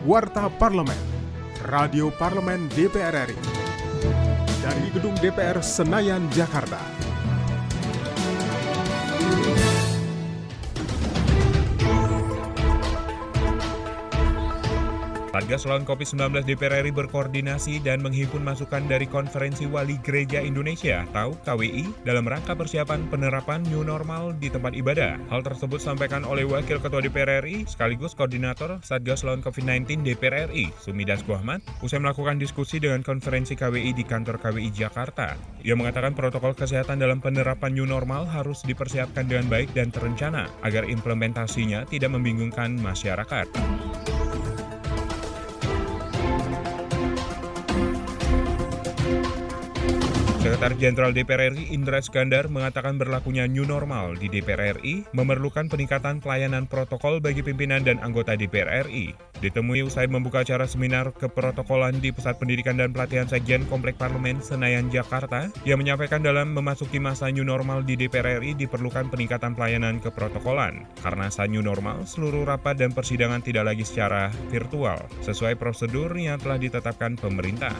Warta Parlemen, Radio Parlemen DPR RI. Dari Gedung DPR Senayan, Jakarta. Satgas lawan COVID-19 DPR RI berkoordinasi dan menghimpun masukan dari Konferensi Wali Gereja Indonesia atau KWI dalam rangka persiapan penerapan new normal di tempat ibadah. Hal tersebut disampaikan oleh Wakil Ketua DPR RI sekaligus Koordinator Satgas lawan COVID-19 DPR RI, Sumi Dasko Ahmad, usai melakukan diskusi dengan Konferensi KWI di kantor KWI Jakarta. Ia mengatakan protokol kesehatan dalam penerapan new normal harus dipersiapkan dengan baik dan terencana agar implementasinya tidak membingungkan masyarakat. Sekretaris Jenderal DPR RI Indra Iskandar mengatakan berlakunya new normal di DPR RI memerlukan peningkatan pelayanan protokol bagi pimpinan dan anggota DPR RI. Ditemui usai membuka acara seminar keprotokolan di Pusat Pendidikan dan Pelatihan Sekjen Komplek Parlemen Senayan, Jakarta, ia menyampaikan dalam memasuki masa new normal di DPR RI diperlukan peningkatan pelayanan keprotokolan. Karena saat new normal, seluruh rapat dan persidangan tidak lagi secara virtual, sesuai prosedur yang telah ditetapkan pemerintah.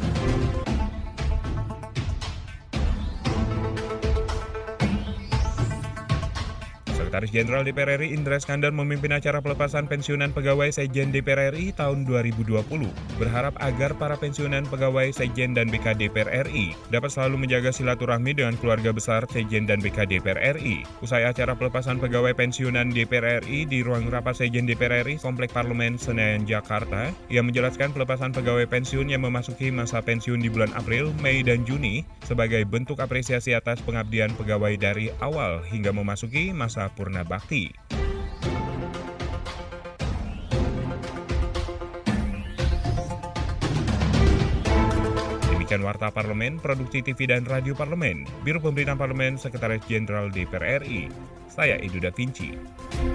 Sekretaris Jenderal DPR RI Indra Iskandar memimpin acara pelepasan pensiunan pegawai Sekjen DPR RI tahun 2020. Berharap agar para pensiunan pegawai Sekjen dan BK DPR RI dapat selalu menjaga silaturahmi dengan keluarga besar Sekjen dan BK DPR RI. Usai acara pelepasan pegawai pensiunan DPR RI di ruang rapat Sekjen DPR RI Komplek Parlemen Senayan, Jakarta, ia menjelaskan pelepasan pegawai pensiun yang memasuki masa pensiun di bulan April, Mei, dan Juni sebagai bentuk apresiasi atas pengabdian pegawai dari awal hingga memasuki masa Purna Bakti. Demikian Warta Parlemen, Produksi TV dan Radio Parlemen, Biro Pemberitaan Parlemen, Sekretaris Jenderal DPR RI. Saya Edu Da Vinci.